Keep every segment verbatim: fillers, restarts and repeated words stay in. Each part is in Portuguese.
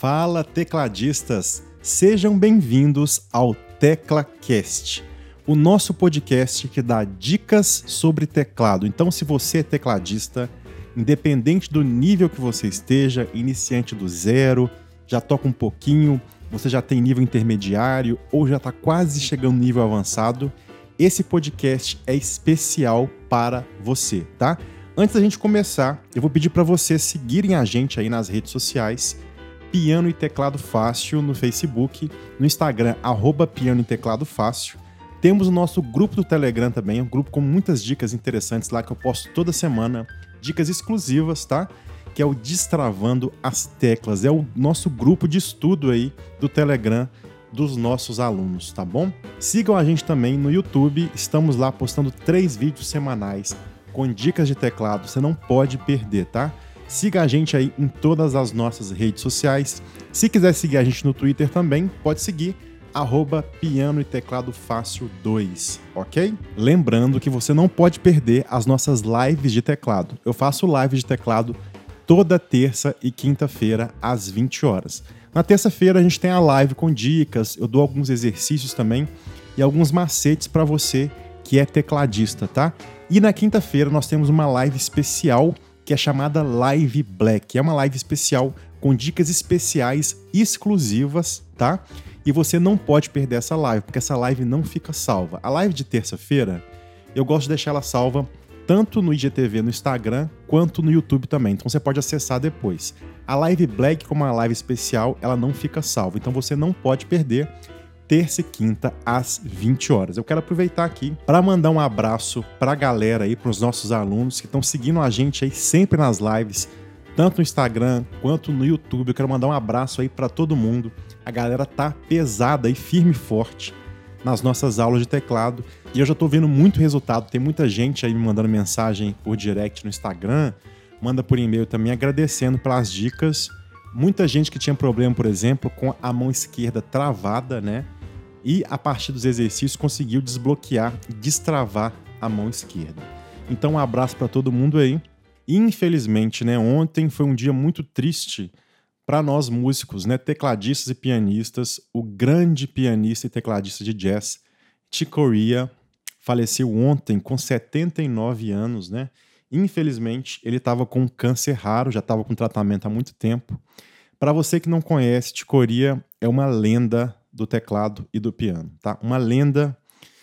Fala, tecladistas! Sejam bem-vindos ao TeclaCast, o nosso podcast que dá dicas sobre teclado. Então, se você é tecladista, independente do nível que você esteja, iniciante do zero, já toca um pouquinho, você já tem nível intermediário ou já está quase chegando no nível avançado, esse podcast é especial para você, tá? Antes da gente começar, eu vou pedir para vocês seguirem a gente aí nas redes sociais, Piano e Teclado Fácil no Facebook, no Instagram, arroba Piano e Teclado Fácil. Temos o nosso grupo do Telegram também, um grupo com muitas dicas interessantes lá que eu posto toda semana, dicas exclusivas, tá? Que é o Destravando as Teclas, é o nosso grupo de estudo aí do Telegram dos nossos alunos, tá bom? Sigam a gente também no YouTube, estamos lá postando três vídeos semanais com dicas de teclado, você não pode perder, tá? Siga a gente aí em todas as nossas redes sociais. Se quiser seguir a gente no Twitter também, pode seguir, arroba Piano e Teclado Fácil dois, ok? Lembrando que você não pode perder as nossas lives de teclado. Eu faço live de teclado toda terça e quinta-feira, às vinte horas. Na terça-feira a gente tem a live com dicas, eu dou alguns exercícios também e alguns macetes para você que é tecladista, tá? E na quinta-feira nós temos uma live especial que é chamada Live Black. É uma live especial com dicas especiais exclusivas, tá? E você não pode perder essa live, porque essa live não fica salva. A live de terça-feira, eu gosto de deixar ela salva tanto no I G T V, no Instagram, quanto no YouTube também. Então você pode acessar depois. A Live Black, como uma live especial, ela não fica salva. Então você não pode perder terça e quinta às vinte horas. Eu quero aproveitar aqui para mandar um abraço para a galera aí, para os nossos alunos que estão seguindo a gente aí sempre nas lives, tanto no Instagram quanto no YouTube. Eu quero mandar um abraço aí para todo mundo. A galera tá pesada e firme e forte nas nossas aulas de teclado e eu já tô vendo muito resultado. Tem muita gente aí me mandando mensagem por direct no Instagram, manda por e-mail também agradecendo pelas dicas. Muita gente que tinha problema, por exemplo, com a mão esquerda travada, né? E a partir dos exercícios conseguiu desbloquear e destravar a mão esquerda. Então um abraço para todo mundo aí. Infelizmente, né, ontem foi um dia muito triste para nós músicos, né, tecladistas e pianistas. O grande pianista e tecladista de jazz, Chick Corea, faleceu ontem com setenta e nove anos, né? Infelizmente, ele estava com um câncer raro, já estava com tratamento há muito tempo. Para você que não conhece, Chick Corea é uma lenda do teclado e do piano, tá? Uma lenda,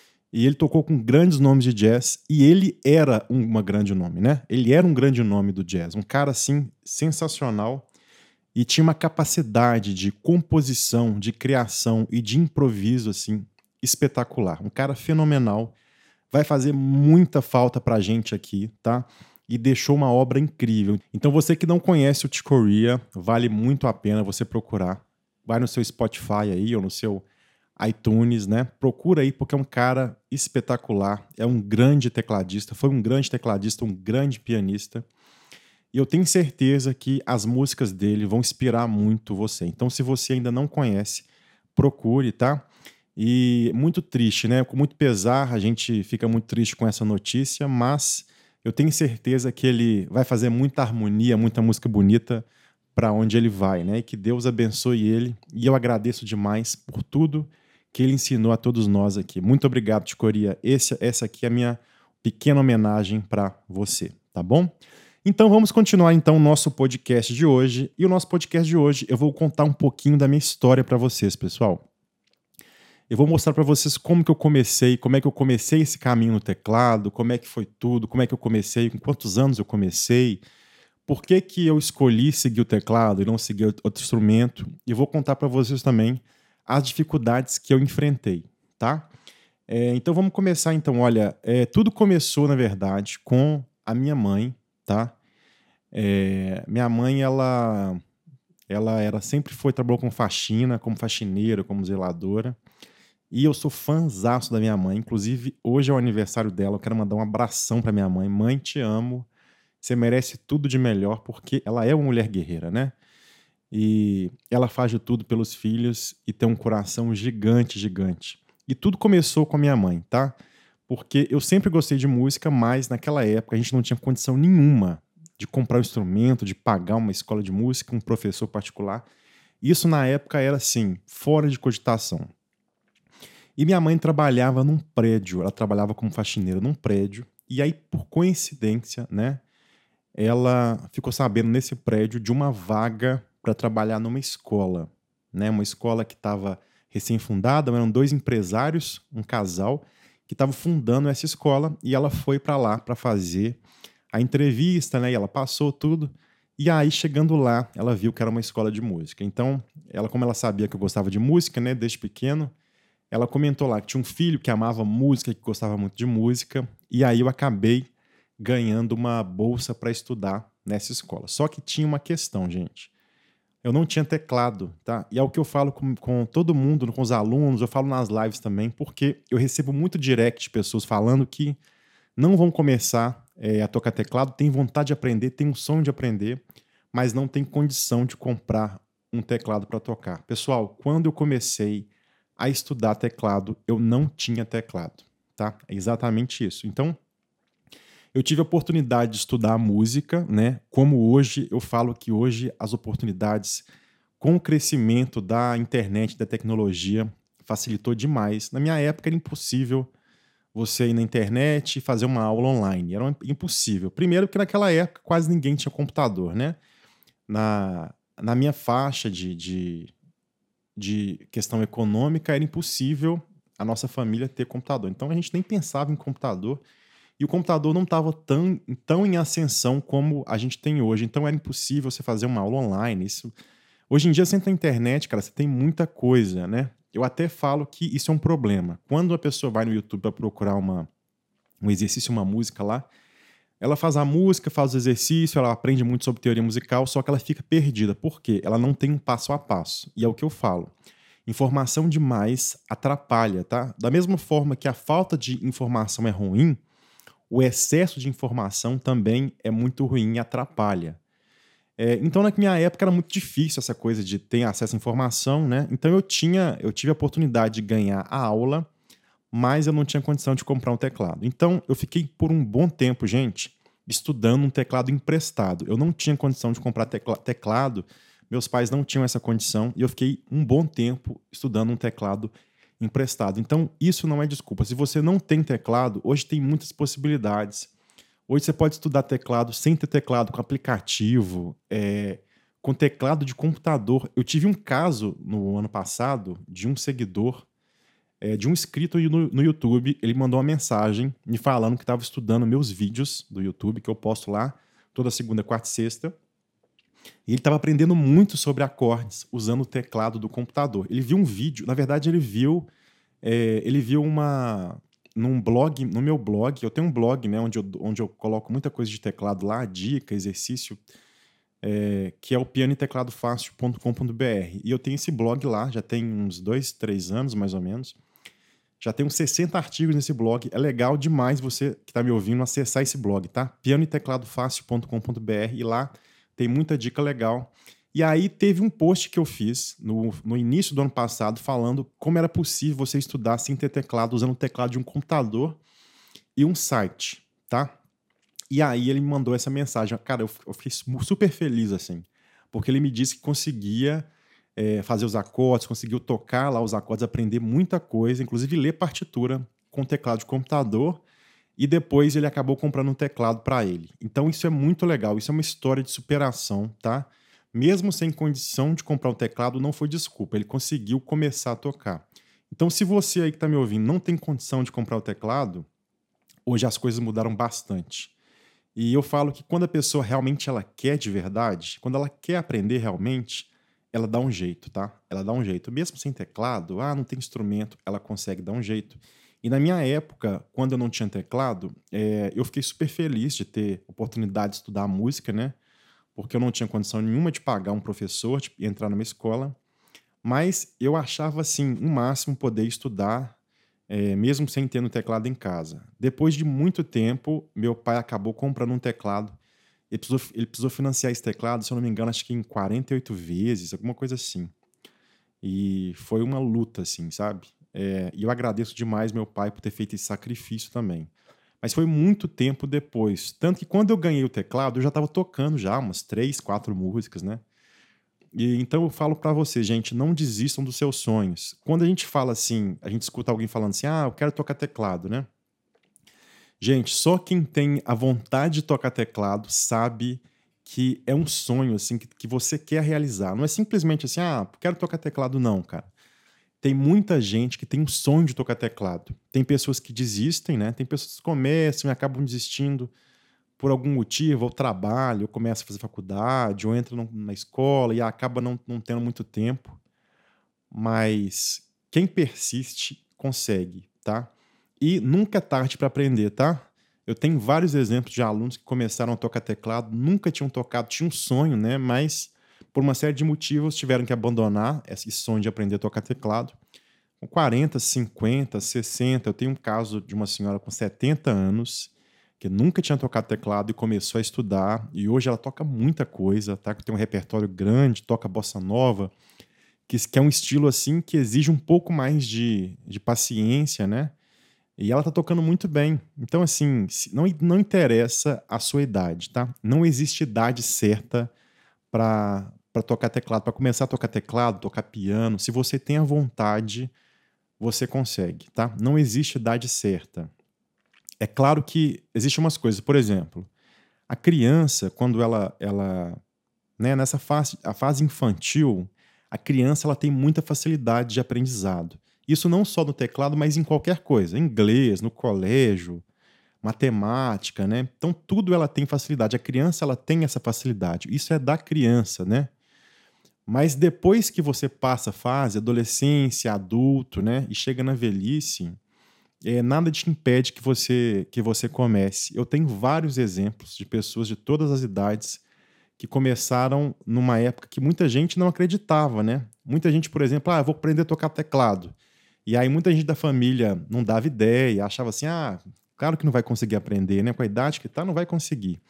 e ele tocou com grandes nomes de jazz, e ele era uma grande nome, né? Ele era um grande nome do jazz, um cara, assim, sensacional, e tinha uma capacidade de composição, de criação e de improviso, assim, espetacular. Um cara fenomenal, vai fazer muita falta pra gente aqui, tá? E deixou uma obra incrível. Então você que não conhece o Chick Corea, vale muito a pena você procurar. Vai no seu Spotify aí ou no seu iTunes, né? Procura aí porque é um cara espetacular, é um grande tecladista, foi um grande tecladista, um grande pianista. E eu tenho certeza que as músicas dele vão inspirar muito você. Então se você ainda não conhece, procure, tá? E muito triste, né? Com muito pesar, a gente fica muito triste com essa notícia, mas eu tenho certeza que ele vai fazer muita harmonia, muita música bonita para onde ele vai, né? E que Deus abençoe ele. E eu agradeço demais por tudo que ele ensinou a todos nós aqui. Muito obrigado, Chick Corea. Esse, essa aqui é a minha pequena homenagem para você, tá bom? Então vamos continuar então o nosso podcast de hoje. E o nosso podcast de hoje eu vou contar um pouquinho da minha história para vocês, pessoal. Eu vou mostrar para vocês como que eu comecei, como é que eu comecei esse caminho no teclado, como é que foi tudo, como é que eu comecei, com quantos anos eu comecei, por que que eu escolhi seguir o teclado e não seguir outro instrumento. E vou contar para vocês também as dificuldades que eu enfrentei, tá? É, então vamos começar então. Olha, é, tudo começou, na verdade, com a minha mãe, tá? É, minha mãe, ela, ela era, sempre foi, trabalhou com faxina, como faxineira, como zeladora. E eu sou fãzaço da minha mãe. Inclusive, hoje é o aniversário dela. Eu quero mandar um abração pra minha mãe. Mãe, te amo. Você merece tudo de melhor, porque ela é uma mulher guerreira, né? E ela faz de tudo pelos filhos e tem um coração gigante, gigante. E tudo começou com a minha mãe, tá? Porque eu sempre gostei de música, mas naquela época a gente não tinha condição nenhuma de comprar um instrumento, de pagar uma escola de música, um professor particular. Isso na época era assim, fora de cogitação. E minha mãe trabalhava num prédio, ela trabalhava como faxineira num prédio, e aí, por coincidência, né, ela ficou sabendo nesse prédio de uma vaga para trabalhar numa escola, né, uma escola que estava recém-fundada, eram dois empresários, um casal, que estavam fundando essa escola, e ela foi para lá para fazer a entrevista, né, e ela passou tudo, e aí, chegando lá, ela viu que era uma escola de música. Então, ela, como ela sabia que eu gostava de música, né, desde pequeno, ela comentou lá que tinha um filho que amava música, que gostava muito de música, e aí eu acabei ganhando uma bolsa para estudar nessa escola. Só que tinha uma questão, gente. Eu não tinha teclado, tá? E é o que eu falo com, com todo mundo, com os alunos, eu falo nas lives também, porque eu recebo muito direct de pessoas falando que não vão começar é, a tocar teclado, tem vontade de aprender, tem um sonho de aprender, mas não tem condição de comprar um teclado para tocar. Pessoal, quando eu comecei a estudar teclado, eu não tinha teclado, tá? É exatamente isso. Então, eu tive a oportunidade de estudar música, né? Como hoje, eu falo que hoje as oportunidades com o crescimento da internet, da tecnologia, facilitou demais. Na minha época era impossível você ir na internet e fazer uma aula online. Era impossível. Primeiro porque naquela época quase ninguém tinha computador, né? Na, na minha faixa de, de de questão econômica, era impossível a nossa família ter computador. Então a gente nem pensava em computador e o computador não estava tão, tão em ascensão como a gente tem hoje. Então era impossível você fazer uma aula online. Isso... Hoje em dia, você entra na internet, cara, você tem muita coisa, né? Eu até falo que isso é um problema. Quando a pessoa vai no YouTube para procurar uma, um exercício, uma música lá, ela faz a música, faz o exercício, ela aprende muito sobre teoria musical, só que ela fica perdida. Por quê? Ela não tem um passo a passo. E é o que eu falo. Informação demais atrapalha, tá? Da mesma forma que a falta de informação é ruim, o excesso de informação também é muito ruim e atrapalha. É, então, na minha época, era muito difícil essa coisa de ter acesso à informação, né? Então, eu, tinha, eu tive a oportunidade de ganhar a aula, mas eu não tinha condição de comprar um teclado. Então, eu fiquei por um bom tempo, gente, estudando um teclado emprestado. Eu não tinha condição de comprar tecla teclado, meus pais não tinham essa condição, e eu fiquei um bom tempo estudando um teclado emprestado. Então, isso não é desculpa. Se você não tem teclado, hoje tem muitas possibilidades. Hoje você pode estudar teclado sem ter teclado, com aplicativo, é, com teclado de computador. Eu tive um caso no ano passado de um seguidor, É, de um inscrito no, no YouTube. Ele mandou uma mensagem me falando que estava estudando meus vídeos do YouTube, que eu posto lá toda segunda, quarta e sexta. E ele estava aprendendo muito sobre acordes usando o teclado do computador. Ele viu um vídeo, na verdade ele viu, é, ele viu uma num blog, no meu blog, eu tenho um blog, né, onde eu, onde eu coloco muita coisa de teclado lá, dica, exercício, é, que é o piano e teclado fácil ponto com ponto b r. E eu tenho esse blog lá, já tem uns dois, três anos mais ou menos. Já tem uns sessenta artigos nesse blog. É legal demais você que está me ouvindo acessar esse blog, tá? piano e teclado fácil ponto com ponto b r, e lá tem muita dica legal. E aí teve um post que eu fiz no, no início do ano passado falando como era possível você estudar sem ter teclado, usando o teclado de um computador e um site, tá? E aí ele me mandou essa mensagem. Cara, eu, eu fiquei super feliz, assim, porque ele me disse que conseguia é, fazer os acordes, conseguiu tocar lá os acordes, aprender muita coisa, inclusive ler partitura com teclado de computador, e depois ele acabou comprando um teclado para ele. Então isso é muito legal, isso é uma história de superação, tá? Mesmo sem condição de comprar um teclado, não foi desculpa, ele conseguiu começar a tocar. Então, se você aí que está me ouvindo não tem condição de comprar o teclado, hoje as coisas mudaram bastante. E eu falo que quando a pessoa realmente ela quer de verdade, quando ela quer aprender realmente, ela dá um jeito, tá? Ela dá um jeito. Mesmo sem teclado, ah, não tem instrumento, ela consegue dar um jeito. E na minha época, quando eu não tinha teclado, é, eu fiquei super feliz de ter oportunidade de estudar música, né? Porque eu não tinha condição nenhuma de pagar um professor, de entrar numa escola. Mas eu achava, assim, o máximo poder estudar, é, mesmo sem ter no teclado em casa. Depois de muito tempo, meu pai acabou comprando um teclado. Ele precisou, ele precisou financiar esse teclado, se eu não me engano, acho que em quarenta e oito vezes, alguma coisa assim. E foi uma luta, assim, sabe? É, e eu agradeço demais meu pai por ter feito esse sacrifício também. Mas foi muito tempo depois. Tanto que quando eu ganhei o teclado, eu já estava tocando já umas três, quatro músicas, né? E, então eu falo para você, gente, não desistam dos seus sonhos. Quando a gente fala assim, a gente escuta alguém falando assim, ah, eu quero tocar teclado, né? Gente, só quem tem a vontade de tocar teclado sabe que é um sonho, assim, que, que você quer realizar. Não é simplesmente assim, ah, quero tocar teclado, não, cara. Tem muita gente que tem um sonho de tocar teclado. Tem pessoas que desistem, né? Tem pessoas que começam e acabam desistindo por algum motivo, ou trabalho, ou começa a fazer faculdade, ou entra no- na escola e acaba não, não tendo muito tempo. Mas quem persiste consegue, tá? E nunca é tarde para aprender, tá? Eu tenho vários exemplos de alunos que começaram a tocar teclado, nunca tinham tocado, tinham um sonho, né? Mas por uma série de motivos tiveram que abandonar esse sonho de aprender a tocar teclado. Com quarenta, cinquenta, sessenta, eu tenho um caso de uma senhora com setenta anos que nunca tinha tocado teclado e começou a estudar, e hoje ela toca muita coisa, tá? Tem um repertório grande, toca bossa nova, que, que é um estilo assim que exige um pouco mais de, de paciência, né? E ela tá tocando muito bem. Então, assim, se- não, não interessa a sua idade, tá? Não existe idade certa para para tocar teclado, para começar a tocar teclado, tocar piano. Se você tem a vontade, você consegue, tá? Não existe idade certa. É claro que existem umas coisas, por exemplo, a criança, quando ela, ela né, nessa fase, a fase infantil, a criança ela tem muita facilidade de aprendizado. Isso não só no teclado, mas em qualquer coisa, inglês, no colégio, matemática, né? Então tudo ela tem facilidade. A criança ela tem essa facilidade. Isso é da criança, né? Mas depois que você passa a fase, adolescência, adulto, né, e chega na velhice, é, nada te impede que você que você comece. Eu tenho vários exemplos de pessoas de todas as idades que começaram numa época que muita gente não acreditava, né? Muita gente, por exemplo, ah, eu vou aprender a tocar teclado. E aí muita gente da família não dava ideia, achava assim, ah, claro que não vai conseguir aprender, né? Com a idade que tá, não vai conseguir.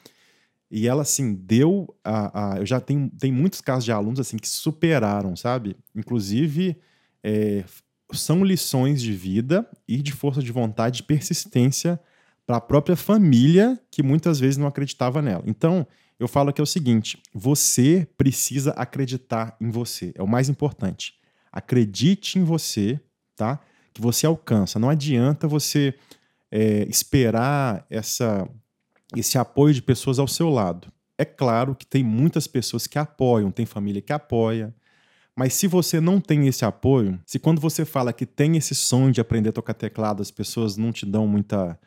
E ela, assim, deu a... a eu já tenho, tem muitos casos de alunos, assim, que superaram, sabe? Inclusive, é, são lições de vida e de força de vontade, de persistência para a própria família que muitas vezes não acreditava nela. Então, eu falo que é o seguinte: você precisa acreditar em você. É o mais importante. Acredite em você, tá? Que você alcança. Não adianta você é, esperar essa, esse apoio de pessoas ao seu lado. É claro que tem muitas pessoas que apoiam, tem família que apoia, mas se você não tem esse apoio, se quando você fala que tem esse sonho de aprender a tocar teclado, as pessoas não te dão muita,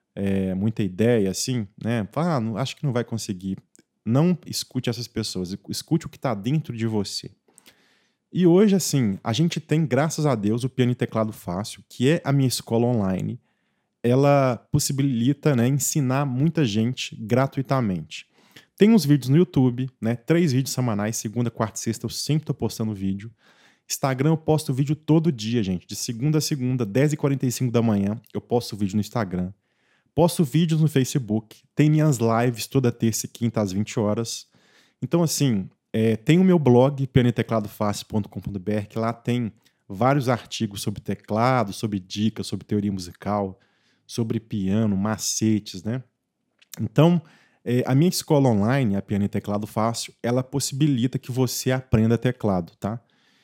é, muita ideia, assim, né? Fala, ah, não- acho que não vai conseguir. Não escute essas pessoas, escute o que está dentro de você. E hoje, assim, a gente tem, graças a Deus, o Piano e Teclado Fácil, que é a minha escola online. Ela possibilita, né, ensinar muita gente gratuitamente. Tem uns vídeos no YouTube, né? Três vídeos semanais, segunda, quarta e sexta, eu sempre tô postando vídeo. Instagram eu posto vídeo todo dia, gente. De segunda a segunda, dez e quarenta e cinco da manhã, eu posto vídeo no Instagram. Posto vídeos no Facebook. Tem minhas lives toda terça e quinta às vinte horas. Então, assim, é, tem o meu blog, piano e teclado fácil ponto com ponto b r, que lá tem vários artigos sobre teclado, sobre dicas, sobre teoria musical, sobre piano, macetes, né? Então, é, a minha escola online, a Piano e Teclado Fácil, ela possibilita que você aprenda teclado, tá?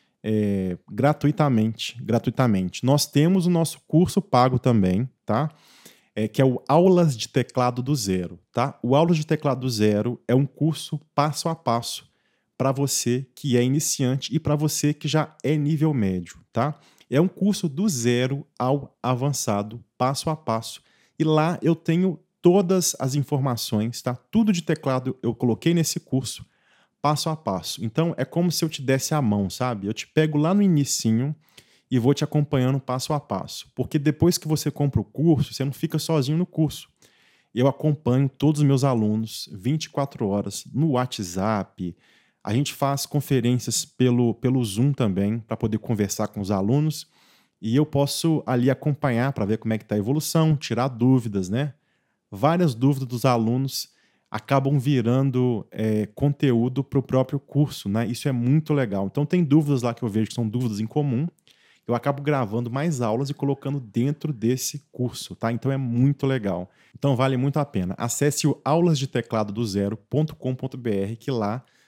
É, gratuitamente, gratuitamente. Nós temos o nosso curso pago também, tá? É, que é o Aulas de Teclado do Zero, tá? O Aulas de Teclado do Zero é um curso passo a passo para você que é iniciante e para você que já é nível médio, tá? É um curso do zero ao avançado, passo a passo. E lá eu tenho todas as informações, tá? Tudo de teclado eu coloquei nesse curso, passo a passo. Então é como se eu te desse a mão, sabe? Eu te pego lá no inicinho e vou te acompanhando passo a passo. Porque depois que você compra o curso, você não fica sozinho no curso. Eu acompanho todos os meus alunos vinte e quatro horas no WhatsApp. A gente faz conferências pelo, pelo Zoom também, para poder conversar com os alunos. E eu posso ali acompanhar para ver como é que está a evolução, tirar dúvidas, né? Várias dúvidas dos alunos acabam virando é, conteúdo para o próprio curso, né? Isso é muito legal. Então tem dúvidas lá que eu vejo que são dúvidas em comum. Eu acabo gravando mais aulas e colocando dentro desse curso, tá? Então é muito legal. Então vale muito a pena. Acesse o aulas de teclado do zero ponto com ponto b r, que lá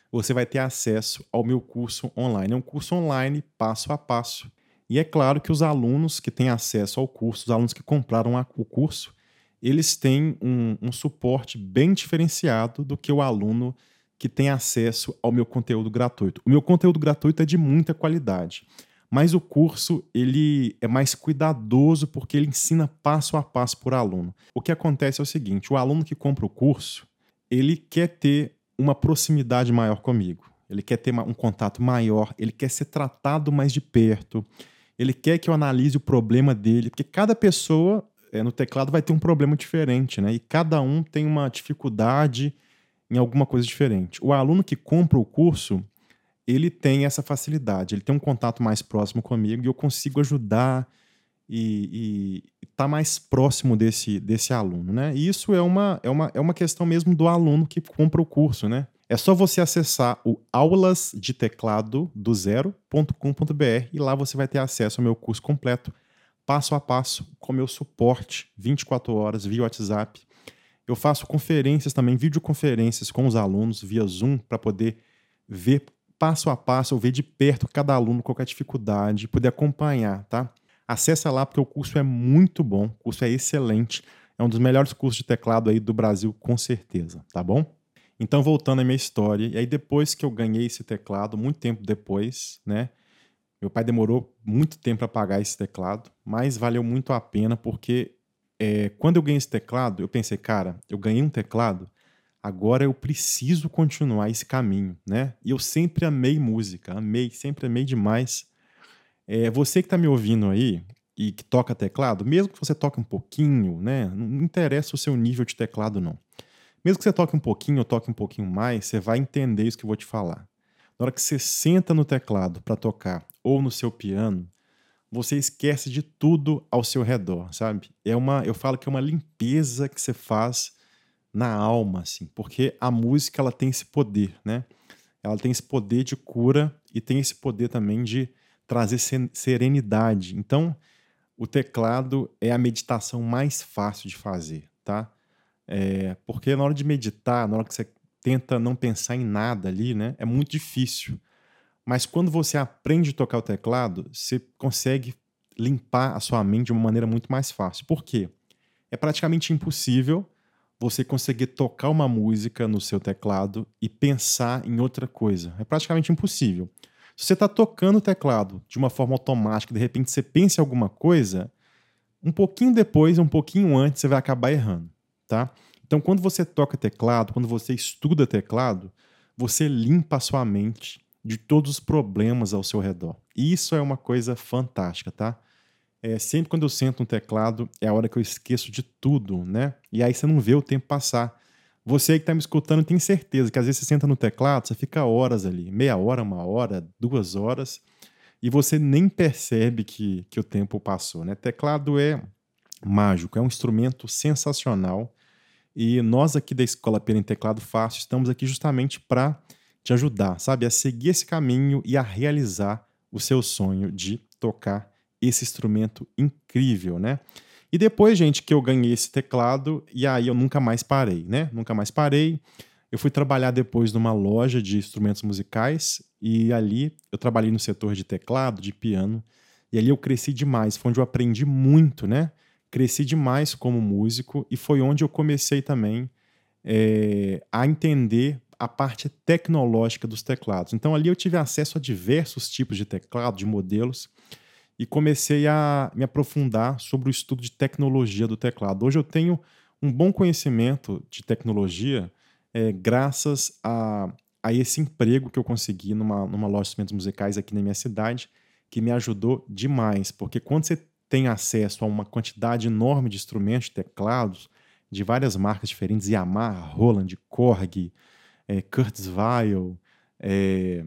você vai ter acesso ao meu curso online. É um curso online, passo a passo. E é claro que os alunos que têm acesso ao curso, os alunos que compraram a, o curso, eles têm um, um suporte bem diferenciado do que o aluno que tem acesso ao meu conteúdo gratuito. O meu conteúdo gratuito é de muita qualidade, mas o curso ele é mais cuidadoso porque ele ensina passo a passo por aluno. O que acontece é o seguinte, o aluno que compra o curso, ele quer ter uma proximidade maior comigo, ele quer ter um contato maior, ele quer ser tratado mais de perto, ele quer que eu analise o problema dele, porque cada pessoa é, no teclado vai ter um problema diferente, né? E cada um tem uma dificuldade em alguma coisa diferente. O aluno que compra o curso, ele tem essa facilidade, ele tem um contato mais próximo comigo e eu consigo ajudar e estar tá mais próximo desse, desse aluno, né? E isso é uma, é, uma, é uma questão mesmo do aluno que compra o curso, né? É só você acessar o aulas de teclado do zero ponto com ponto b r e lá você vai ter acesso ao meu curso completo, passo a passo, com meu suporte, vinte e quatro horas, via WhatsApp. Eu faço conferências também, videoconferências com os alunos via Zoom para poder ver passo a passo, ou ver de perto cada aluno, qualquer dificuldade, poder acompanhar, tá? Acessa lá porque o curso é muito bom, o curso é excelente, é um dos melhores cursos de teclado aí do Brasil, com certeza, tá bom? Então, voltando à minha história, e aí depois que eu ganhei esse teclado, muito tempo depois, né? Meu pai demorou muito tempo para pagar esse teclado, mas valeu muito a pena porque é, quando eu ganhei esse teclado, eu pensei, cara, eu ganhei um teclado, agora eu preciso continuar esse caminho, né? E eu sempre amei música, amei, sempre amei demais. É, você que está me ouvindo aí e que toca teclado, mesmo que você toque um pouquinho, né? Não interessa o seu nível de teclado, não. Mesmo que você toque um pouquinho ou toque um pouquinho mais, você vai entender isso que eu vou te falar. Na hora que você senta no teclado para tocar ou no seu piano, você esquece de tudo ao seu redor, sabe? É uma, eu falo que é uma limpeza que você faz na alma, assim, porque a música ela tem esse poder, né? Ela tem esse poder de cura e tem esse poder também de trazer serenidade. Então, o teclado é a meditação mais fácil de fazer, tá? É, porque na hora de meditar, na hora que você tenta não pensar em nada ali, né? É muito difícil. Mas quando você aprende a tocar o teclado, você consegue limpar a sua mente de uma maneira muito mais fácil. Por quê? É praticamente impossível você conseguir tocar uma música no seu teclado e pensar em outra coisa. É praticamente impossível. Se você está tocando o teclado de uma forma automática, de repente você pensa em alguma coisa, um pouquinho depois, um pouquinho antes, você vai acabar errando, tá? Então, quando você toca teclado, quando você estuda teclado, você limpa a sua mente de todos os problemas ao seu redor. E isso é uma coisa fantástica, tá? É, sempre quando eu sento no teclado, é a hora que eu esqueço de tudo, né? E aí você não vê o tempo passar. Você que está me escutando tem certeza que às vezes você senta no teclado, você fica horas ali, meia hora, uma hora, duas horas, e você nem percebe que, que o tempo passou, né? Teclado é mágico, é um instrumento sensacional. E nós aqui da Escola Piano em Teclado Fácil estamos aqui justamente para te ajudar, sabe? A seguir esse caminho e a realizar o seu sonho de tocar esse instrumento incrível, né? E depois, gente, que eu ganhei esse teclado, e aí eu nunca mais parei, né? Nunca mais parei. Eu fui trabalhar depois numa loja de instrumentos musicais e ali eu trabalhei no setor de teclado, de piano, e ali eu cresci demais. Foi onde eu aprendi muito, né? Cresci demais como músico e foi onde eu comecei também é, a entender a parte tecnológica dos teclados. Então ali eu tive acesso a diversos tipos de teclado, de modelos, e comecei a me aprofundar sobre o estudo de tecnologia do teclado. Hoje eu tenho um bom conhecimento de tecnologia é, graças a, a esse emprego que eu consegui numa, numa loja de instrumentos musicais aqui na minha cidade, que me ajudou demais, porque quando você tem acesso a uma quantidade enorme de instrumentos, de teclados, de várias marcas diferentes, Yamaha, Roland, Korg, é, Kurzweil, é,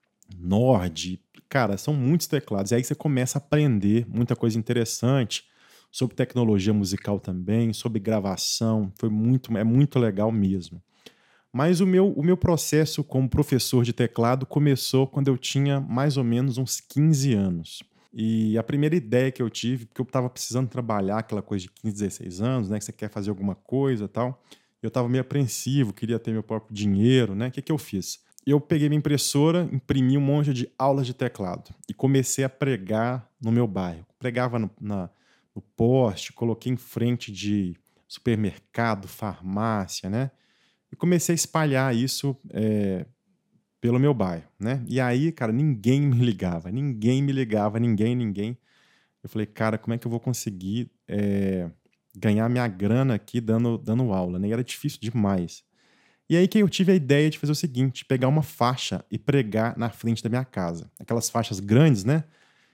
Nord, cara, são muitos teclados. E aí você começa a aprender muita coisa interessante sobre tecnologia musical também, sobre gravação. Foi muito, é muito legal mesmo. Mas o meu, o meu processo como professor de teclado começou quando eu tinha mais ou menos uns quinze anos. E a primeira ideia que eu tive, porque eu estava precisando trabalhar aquela coisa de quinze, dezesseis anos, né, que você quer fazer alguma coisa e tal, eu estava meio apreensivo, queria ter meu próprio dinheiro, né? O que, que eu fiz? eu peguei minha impressora, imprimi um monte de aulas de teclado e comecei a pregar no meu bairro. Pregava no, na, no poste, coloquei em frente de supermercado, farmácia, né? E comecei a espalhar isso é, pelo meu bairro, né? E aí, cara, ninguém me ligava, ninguém me ligava, ninguém, ninguém. Eu falei, cara, como é que eu vou conseguir é, ganhar minha grana aqui dando, dando aula, né? E era difícil demais. E aí que eu tive a ideia de fazer o seguinte, pegar uma faixa e pregar na frente da minha casa. Aquelas faixas grandes, né?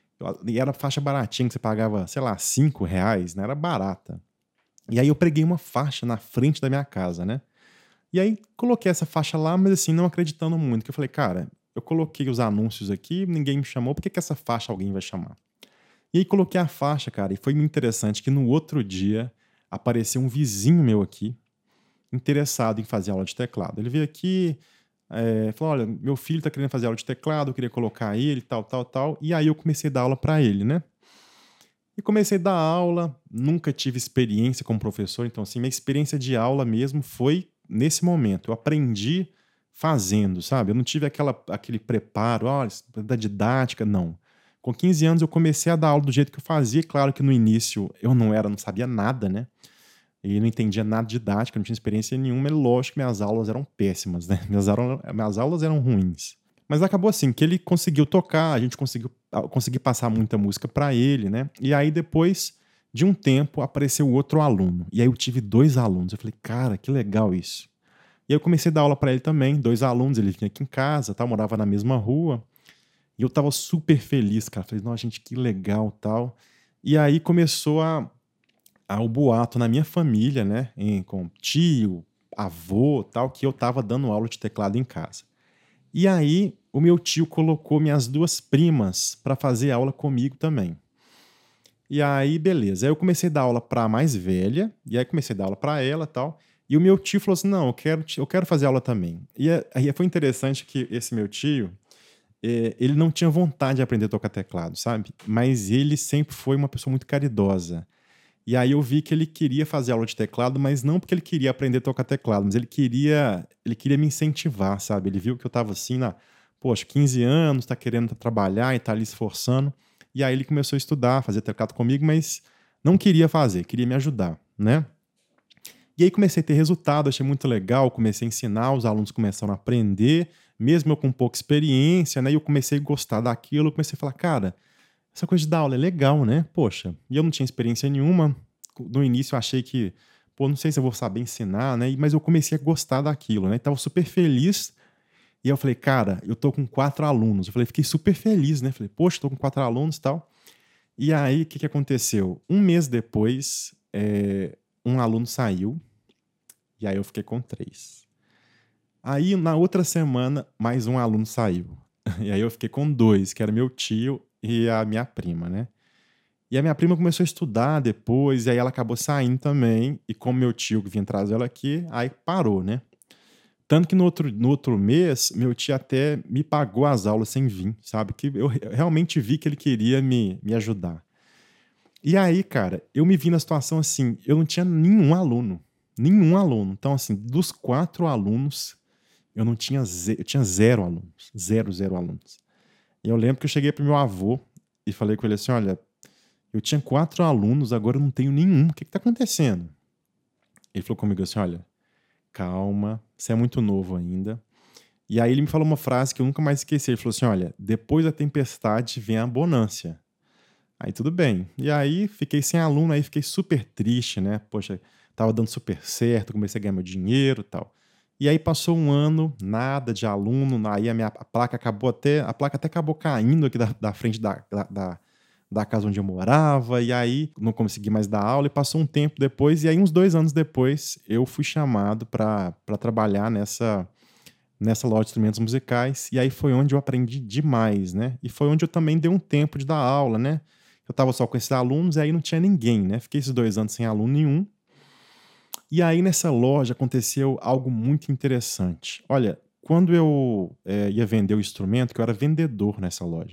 E era faixa baratinha, que você pagava, sei lá, cinco reais, né? Era barata. E aí eu preguei uma faixa na frente da minha casa, né? E aí coloquei essa faixa lá, mas assim, não acreditando muito. Que eu falei, cara, eu coloquei os anúncios aqui, ninguém me chamou, por que, que essa faixa alguém vai chamar? E aí coloquei a faixa, cara, e foi muito interessante que no outro dia apareceu um vizinho meu aqui, interessado em fazer aula de teclado. Ele veio aqui, é, falou, olha, meu filho tá querendo fazer aula de teclado, eu queria colocar ele, tal, tal, tal. E aí eu comecei a dar aula para ele, né? E comecei a dar aula, nunca tive experiência como professor, então assim, minha experiência de aula mesmo foi nesse momento. Eu aprendi fazendo, sabe? Eu não tive aquela, aquele preparo, olha, da didática, não. Com quinze anos eu comecei a dar aula do jeito que eu fazia, claro que no início eu não era, não sabia nada, né? E não entendia nada de didática, não tinha experiência nenhuma, e lógico que minhas aulas eram péssimas, né? Minhas, aulas, minhas aulas eram ruins. Mas acabou assim, que ele conseguiu tocar, a gente conseguiu consegui passar muita música para ele, né? E aí depois de um tempo apareceu outro aluno. E aí eu tive dois alunos. Eu falei, cara, que legal isso. E aí eu comecei a dar aula para ele também, dois alunos, ele vinha aqui em casa, tá? Morava na mesma rua. E eu tava super feliz, cara. Falei, nossa, gente, que legal, tal. E aí começou a ao boato na minha família, né, em, com tio, avô, tal, que eu tava dando aula de teclado em casa. E aí o meu tio colocou minhas duas primas para fazer aula comigo também. E aí, beleza. Aí eu comecei a dar aula para a mais velha, e aí comecei a dar aula para ela, tal. E o meu tio falou assim: "Não, eu quero, eu quero fazer aula também". E aí foi interessante que esse meu tio, é, ele não tinha vontade de aprender a tocar teclado, sabe? Mas ele sempre foi uma pessoa muito caridosa. E aí eu vi que ele queria fazer aula de teclado, mas não porque ele queria aprender a tocar teclado, mas ele queria, ele queria me incentivar, sabe? Ele viu que eu tava assim, na, poxa, quinze anos, tá querendo trabalhar e tá ali esforçando. E aí ele começou a estudar, fazer teclado comigo, mas não queria fazer, queria me ajudar, né? E aí comecei a ter resultado, achei muito legal, comecei a ensinar, os alunos começaram a aprender, mesmo eu com pouca experiência, né? E eu comecei a gostar daquilo, eu comecei a falar, cara, essa coisa de dar aula é legal, né? Poxa, e eu não tinha experiência nenhuma. No início eu achei que, pô, não sei se eu vou saber ensinar, né? Mas eu comecei a gostar daquilo, né? E tava super feliz. E eu falei, cara, eu tô com quatro alunos. Eu falei, fiquei super feliz, né? Falei, poxa, tô com quatro alunos e tal. E aí, o que, que aconteceu? Um mês depois, é, um aluno saiu. E aí eu fiquei com três. Aí, na outra semana, mais um aluno saiu. E aí eu fiquei com dois, que era meu tio e a minha prima, né? E a minha prima começou a estudar depois, e aí ela acabou saindo também. E como meu tio vinha trazer ela aqui, aí parou, né? Tanto que no outro, no outro mês, meu tio até me pagou as aulas sem vir, sabe? Que eu realmente vi que ele queria me, me ajudar. E aí, cara, eu me vi na situação assim, eu não tinha nenhum aluno. Nenhum aluno. Então, assim, dos quatro alunos, eu não tinha, ze- eu tinha zero alunos. Zero, zero alunos. E eu lembro que eu cheguei pro meu avô e falei com ele assim, olha, eu tinha quatro alunos, agora eu não tenho nenhum. O que está acontecendo? Ele falou comigo assim, olha, calma, você é muito novo ainda. E aí ele me falou uma frase que eu nunca mais esqueci. Ele falou assim, olha, depois da tempestade vem a bonância. Aí tudo bem. E aí fiquei sem aluno, aí fiquei super triste, né? Poxa, tava dando super certo, comecei a ganhar meu dinheiro e tal. E aí passou um ano, nada de aluno, aí a minha a placa acabou até, a placa até acabou caindo aqui da, da frente da, da, da casa onde eu morava, e aí não consegui mais dar aula, e passou um tempo depois, e aí uns dois anos depois, eu fui chamado para trabalhar nessa, nessa loja de instrumentos musicais, e aí foi onde eu aprendi demais, né? E foi onde eu também dei um tempo de dar aula, né? Eu estava só com esses alunos, e aí não tinha ninguém, né? Fiquei esses dois anos sem aluno nenhum. E aí nessa loja aconteceu algo muito interessante. Olha, quando eu é, ia vender o instrumento, que eu era vendedor nessa loja,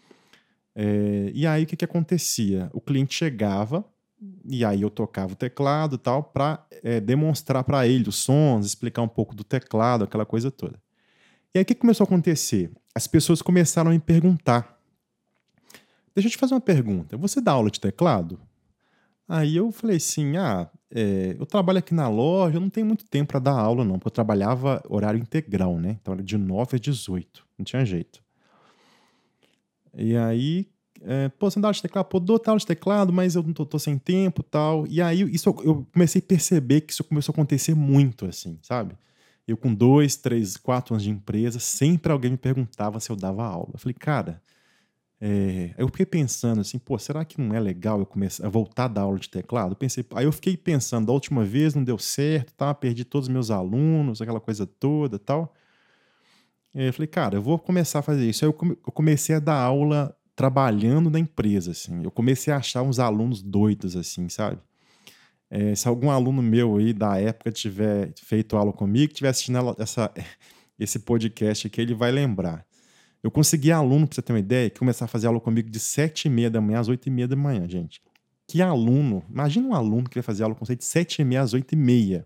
é, e aí o que, que acontecia? O cliente chegava, e aí eu tocava o teclado e tal, para é, demonstrar para ele os sons, explicar um pouco do teclado, aquela coisa toda. E aí o que começou a acontecer? As pessoas começaram a me perguntar. Deixa eu te fazer uma pergunta. Você dá aula de teclado? Aí eu falei assim, ah, é, eu trabalho aqui na loja, eu não tenho muito tempo para dar aula não, porque eu trabalhava horário integral, né? Então era de nove às dezoito, não tinha jeito. E aí, é, pô, você não dá aula de teclado? Pô, dou aula de teclado, mas eu não tô, tô sem tempo e tal. E aí isso, eu eu comecei a perceber que isso começou a acontecer muito, assim, sabe? Eu com dois, três, quatro anos de empresa, sempre alguém me perguntava se eu dava aula. Eu falei, cara, é, eu fiquei pensando assim, pô, será que não é legal eu começar a voltar a dar aula de teclado? Eu pensei, aí eu fiquei pensando, da última vez não deu certo, tá? Perdi todos os meus alunos, aquela coisa toda e tal. E aí eu falei, cara, eu vou começar a fazer isso. Aí eu, come- eu comecei a dar aula trabalhando na empresa, assim. Eu comecei a achar uns alunos doidos, assim, sabe? É, se algum aluno meu aí da época tiver feito aula comigo, tiver assistindo ela- essa, esse podcast aqui, ele vai lembrar. Eu consegui aluno, pra você ter uma ideia, que começar a fazer aula comigo de sete e meia da manhã às oito e meia da manhã, gente. Que aluno? Imagina um aluno que vai fazer aula com você de sete e meia às oito e meia.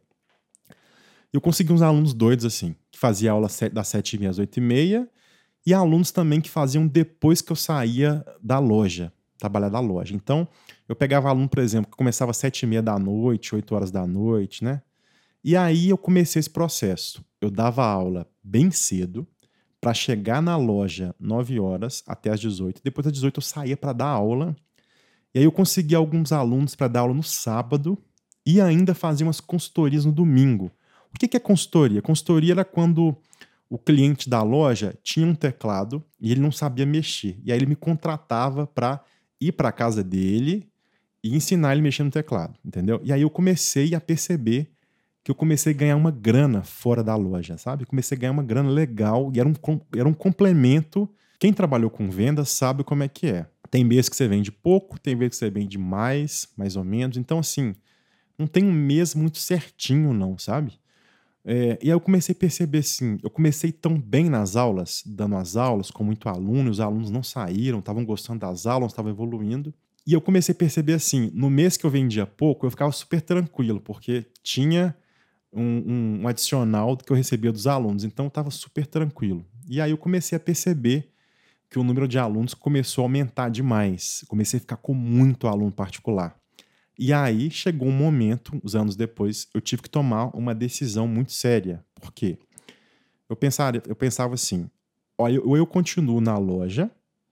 Eu consegui uns alunos doidos assim, que fazia aula se- das sete e meia às oito e meia, e alunos também que faziam depois que eu saía da loja, trabalhar da loja. Então, eu pegava aluno, por exemplo, que começava às sete e meia da noite, oito horas da noite, né? E aí eu comecei esse processo. Eu dava aula bem cedo, para chegar na loja nove horas até às dezoito. Depois das dezoito eu saía para dar aula. E aí eu consegui alguns alunos para dar aula no sábado e ainda fazia umas consultorias no domingo. O que que é consultoria? Consultoria era quando o cliente da loja tinha um teclado e ele não sabia mexer. E aí ele me contratava para ir para a casa dele e ensinar ele a mexer no teclado, entendeu? E aí eu comecei a perceber que eu comecei a ganhar uma grana fora da loja, sabe? Comecei a ganhar uma grana legal e era um, com- era um complemento. Quem trabalhou com vendas sabe como é que é. Tem mês que você vende pouco, tem mês que você vende mais, mais ou menos. Então, assim, não tem um mês muito certinho, não, sabe? É, e aí eu comecei a perceber assim, eu comecei tão bem nas aulas, dando as aulas, com muito aluno, os alunos não saíram, estavam gostando das aulas, estavam evoluindo. E eu comecei a perceber assim, no mês que eu vendia pouco, eu ficava super tranquilo, porque tinha um, um- um adicional que eu recebia dos alunos, então estava super tranquilo. E aí eu comecei a perceber que o número de alunos começou a aumentar demais. Comecei a ficar com muito aluno particular. E aí chegou um momento, uns anos depois, eu tive que tomar uma decisão muito séria. Por quê? Eu pensava, eu pensava assim: olha, ou eu continuo na loja,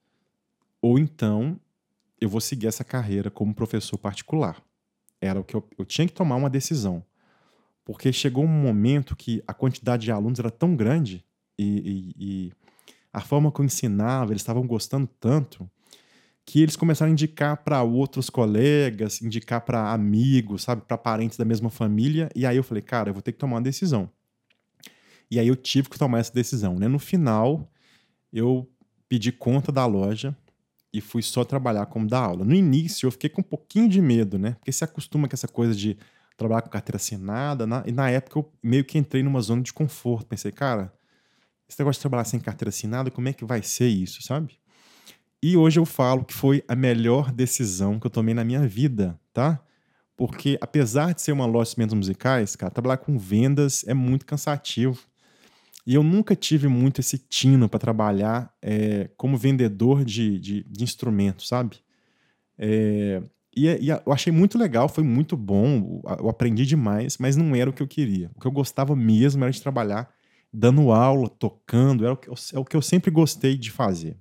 ou então eu vou seguir essa carreira como professor particular. Era o que eu, eu tinha que tomar uma decisão. Porque chegou um momento que a quantidade de alunos era tão grande e, e- e a forma que eu ensinava, eles estavam gostando tanto, que eles começaram a indicar para outros colegas, indicar para amigos, sabe, para parentes da mesma família. E aí eu falei, cara, eu vou ter que tomar uma decisão. E aí eu tive que tomar essa decisão, né? No final, eu pedi conta da loja e fui só trabalhar como dar aula. No início, eu fiquei com um pouquinho de medo, né? Porque se acostuma com essa coisa de trabalhar com carteira assinada, na- e na época eu meio que entrei numa zona de conforto. Pensei, cara, esse negócio de trabalhar sem carteira assinada, como é que vai ser isso, sabe? E hoje eu falo que foi a melhor decisão que eu tomei na minha vida, tá? Porque apesar de ser uma loja de instrumentos musicais, cara, trabalhar com vendas é muito cansativo. E eu nunca tive muito esse tino para trabalhar é, como vendedor de, de, de instrumentos, sabe? É, e, e eu achei muito legal, foi muito bom, eu aprendi demais, mas não era o que eu queria. O que eu gostava mesmo era de trabalhar dando aula, tocando, era o que eu, é o que eu sempre gostei de fazer.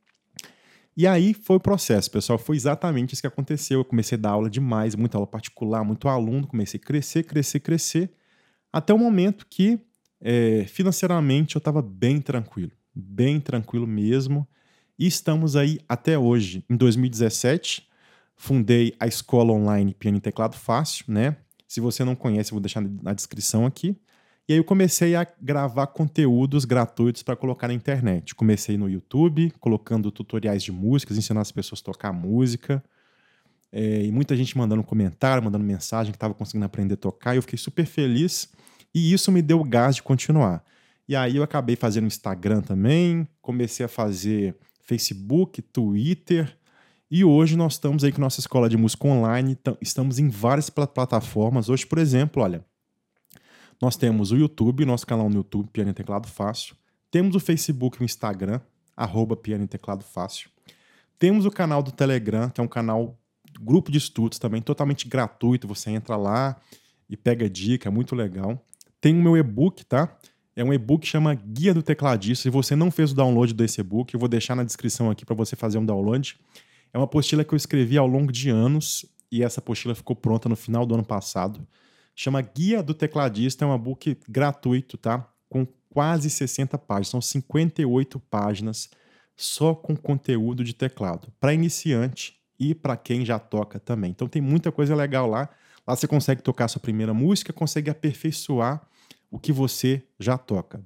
E aí foi o processo, pessoal, foi exatamente isso que aconteceu. Eu comecei a dar aula demais, muita aula particular, muito aluno, comecei a crescer, crescer, crescer, até o momento que é, financeiramente eu estava bem tranquilo, bem tranquilo mesmo. E estamos aí até hoje. Em dois mil e dezessete, fundei a escola online Piano e Teclado Fácil, né? Se você não conhece, eu vou deixar na descrição aqui. E aí eu comecei a gravar conteúdos gratuitos para colocar na internet. Comecei no YouTube, colocando tutoriais de músicas, ensinando as pessoas a tocar música. É, e muita gente mandando comentário, mandando mensagem que estava conseguindo aprender a tocar. E eu fiquei super feliz. E isso me deu gás de continuar. E aí eu acabei fazendo Instagram também, comecei a fazer Facebook, Twitter. E hoje nós estamos aí com nossa escola de música online. Estamos em várias plataformas. Hoje, por exemplo, olha, nós temos o YouTube, nosso canal no YouTube, Piano e Teclado Fácil. Temos o Facebook e o Instagram, arroba Piano e Teclado Fácil. Temos o canal do Telegram, que é um canal, grupo de estudos também, totalmente gratuito. Você entra lá e pega dica, é muito legal. Tem o meu e-book, tá? É um e-book que chama Guia do Tecladista. Se você não fez o download desse e-book, eu vou deixar na descrição aqui para você fazer um download. É uma apostila que eu escrevi ao longo de anos e essa apostila ficou pronta no final do ano passado. Chama Guia do Tecladista, é um e-book gratuito, tá? Com quase sessenta páginas, são cinquenta e oito páginas só com conteúdo de teclado, para iniciante e para quem já toca também. Então tem muita coisa legal lá. Lá você consegue tocar sua primeira música, consegue aperfeiçoar o que você já toca.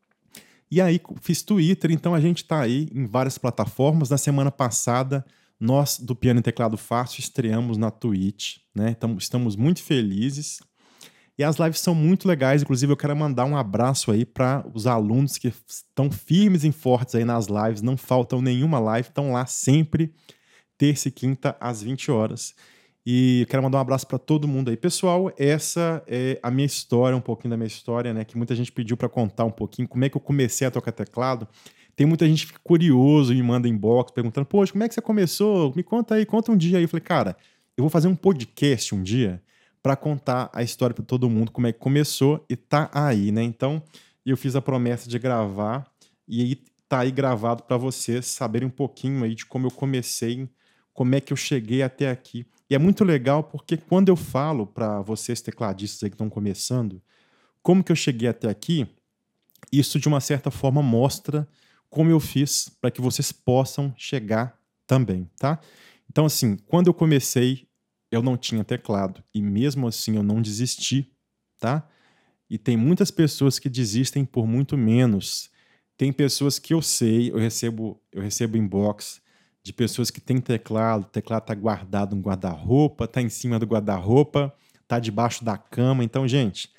E aí fiz Twitter, então a gente está aí em várias plataformas. Na semana passada, nós do Piano e Teclado Fácil estreamos na Twitch, né? Então, estamos muito felizes. E as lives são muito legais, inclusive eu quero mandar um abraço aí para os alunos que estão firmes e fortes aí nas lives, não faltam nenhuma live, estão lá sempre, terça e quinta às vinte horas. E eu quero mandar um abraço para todo mundo aí. Pessoal, essa é a minha história, um pouquinho da minha história, né? Que muita gente pediu para contar um pouquinho como é que eu comecei a tocar teclado. Tem muita gente que fica curioso e me manda inbox perguntando, poxa, como é que você começou? Me conta aí, conta um dia aí. Eu falei, cara, eu vou fazer um podcast um dia para contar a história para todo mundo, como é que começou e tá aí, né? Então, eu fiz a promessa de gravar e aí tá aí gravado para vocês saberem um pouquinho aí de como eu comecei, como é que eu cheguei até aqui. E é muito legal porque quando eu falo para vocês tecladistas aí que estão começando, como que eu cheguei até aqui, isso de uma certa forma mostra como eu fiz para que vocês possam chegar também, tá? Então, assim, quando eu comecei, eu não tinha teclado e mesmo assim eu não desisti, tá? E tem muitas pessoas que desistem por muito menos. Tem pessoas que eu sei, eu recebo, eu recebo inbox de pessoas que têm teclado, o teclado tá guardado no guarda-roupa, tá em cima do guarda-roupa, tá debaixo da cama. Então, gente,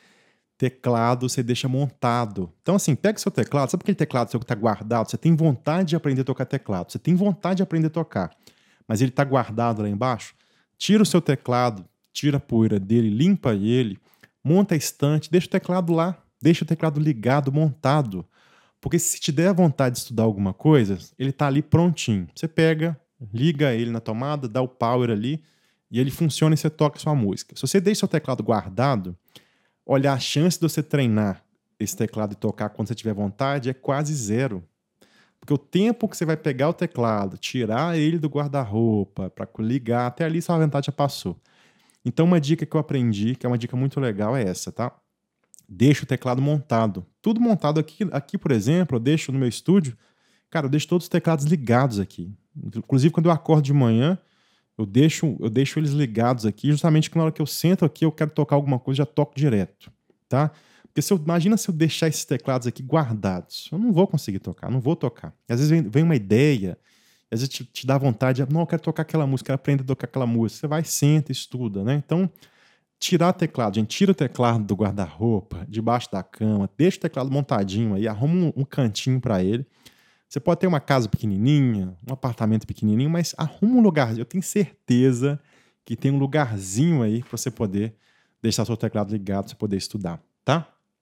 teclado você deixa montado. Então, assim, pega seu teclado, sabe aquele teclado seu que tá guardado? Você tem vontade de aprender a tocar teclado, você tem vontade de aprender a tocar, mas ele tá guardado lá embaixo? Tira o seu teclado, tira a poeira dele, limpa ele, monta a estante, deixa o teclado lá, deixa o teclado ligado, montado. Porque se te der vontade de estudar alguma coisa, ele está ali prontinho. Você pega, liga ele na tomada, dá o power ali e ele funciona e você toca a sua música. Se você deixa o teclado guardado, olha, a chance de você treinar esse teclado e tocar quando você tiver vontade é quase zero. Porque o tempo que você vai pegar o teclado, tirar ele do guarda-roupa, para ligar, até ali sua vontade já passou. Então uma dica que eu aprendi, que é uma dica muito legal, é essa, tá? Deixa o teclado montado. Tudo montado aqui, aqui, por exemplo, eu deixo no meu estúdio, cara, eu deixo todos os teclados ligados aqui. Inclusive, quando eu acordo de manhã, eu deixo, eu deixo eles ligados aqui, justamente na hora que eu sento aqui, eu quero tocar alguma coisa, já toco direto, tá? Porque se eu, imagina se eu deixar esses teclados aqui guardados. Eu não vou conseguir tocar, não vou tocar. E às vezes vem, vem uma ideia, às vezes te, te dá vontade, não, eu quero tocar aquela música, quero aprender a tocar aquela música. Você vai, senta, estuda, né? Então, tirar teclado, gente, tira o teclado do guarda-roupa, debaixo da cama, deixa o teclado montadinho aí, arruma um, um cantinho para ele. Você pode ter uma casa pequenininha, um apartamento pequenininho, mas arruma um lugarzinho. Eu tenho certeza que tem um lugarzinho aí para você poder deixar seu teclado ligado, para você poder estudar, tá?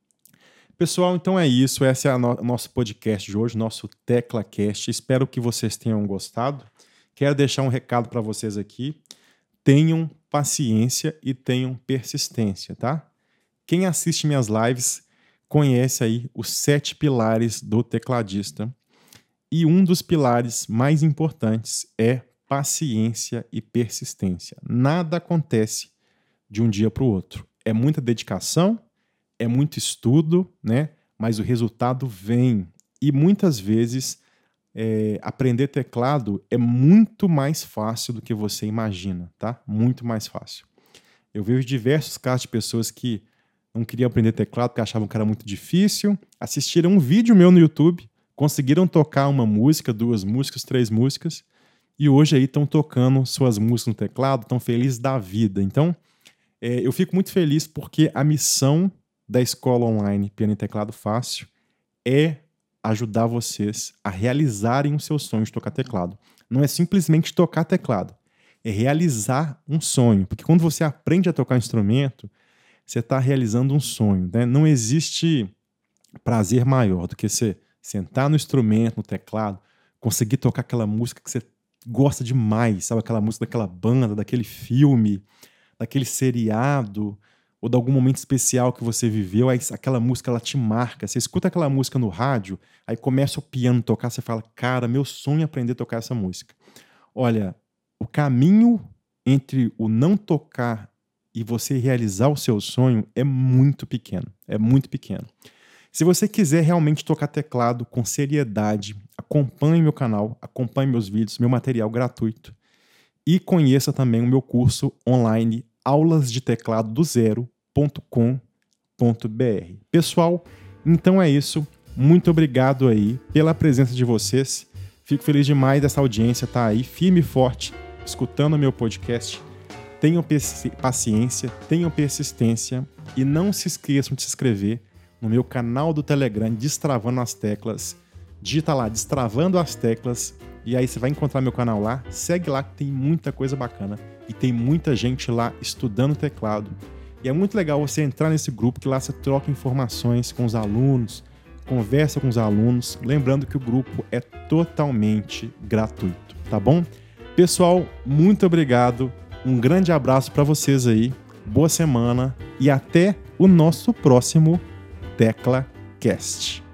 Pessoal, então é isso. Esse é o no- nosso podcast de hoje, nosso TeclaCast. Espero que vocês tenham gostado. Quero deixar um recado para vocês aqui. Tenham paciência e tenham persistência, tá? Quem assiste minhas lives conhece aí os sete pilares do tecladista. E um dos pilares mais importantes é paciência e persistência. Nada acontece de um dia para o outro. É muita dedicação, é muito estudo, né? Mas o resultado vem. E muitas vezes é, aprender teclado é muito mais fácil do que você imagina, tá? Muito mais fácil. Eu vejo diversos casos de pessoas que não queriam aprender teclado porque achavam que era muito difícil, assistiram um vídeo meu no YouTube, conseguiram tocar uma música, duas músicas, três músicas, e hoje aí estão tocando suas músicas no teclado, estão felizes da vida. Então, é, eu fico muito feliz porque a missão da escola online Piano e Teclado Fácil é ajudar vocês a realizarem o seu sonho de tocar teclado. Não é simplesmente tocar teclado, é realizar um sonho. Porque quando você aprende a tocar um instrumento, você está realizando um sonho, né? Não existe prazer maior do que você sentar no instrumento, no teclado, conseguir tocar aquela música que você gosta demais, sabe? Aquela música daquela banda, daquele filme, daquele seriado, ou de algum momento especial que você viveu, aí aquela música ela te marca. Você escuta aquela música no rádio, aí começa o piano a tocar, você fala, cara, meu sonho é aprender a tocar essa música. Olha, o caminho entre o não tocar e você realizar o seu sonho é muito pequeno, é muito pequeno. Se você quiser realmente tocar teclado com seriedade, acompanhe meu canal, acompanhe meus vídeos, meu material gratuito e conheça também o meu curso online aulas de teclado do zero ponto com ponto br. Pessoal, então é isso. Muito obrigado aí pela presença de vocês. Fico feliz demais dessa audiência estar aí firme e forte, escutando o meu podcast. Tenham paciência, tenham persistência e não se esqueçam de se inscrever no meu canal do Telegram, Destravando as Teclas. Digita lá, Destravando as Teclas, e aí você vai encontrar meu canal lá. Segue lá que tem muita coisa bacana e tem muita gente lá estudando teclado. E é muito legal você entrar nesse grupo, que lá você troca informações com os alunos, conversa com os alunos, lembrando que o grupo é totalmente gratuito, tá bom? Pessoal, muito obrigado, um grande abraço para vocês aí, boa semana e até o nosso próximo TeclaCast.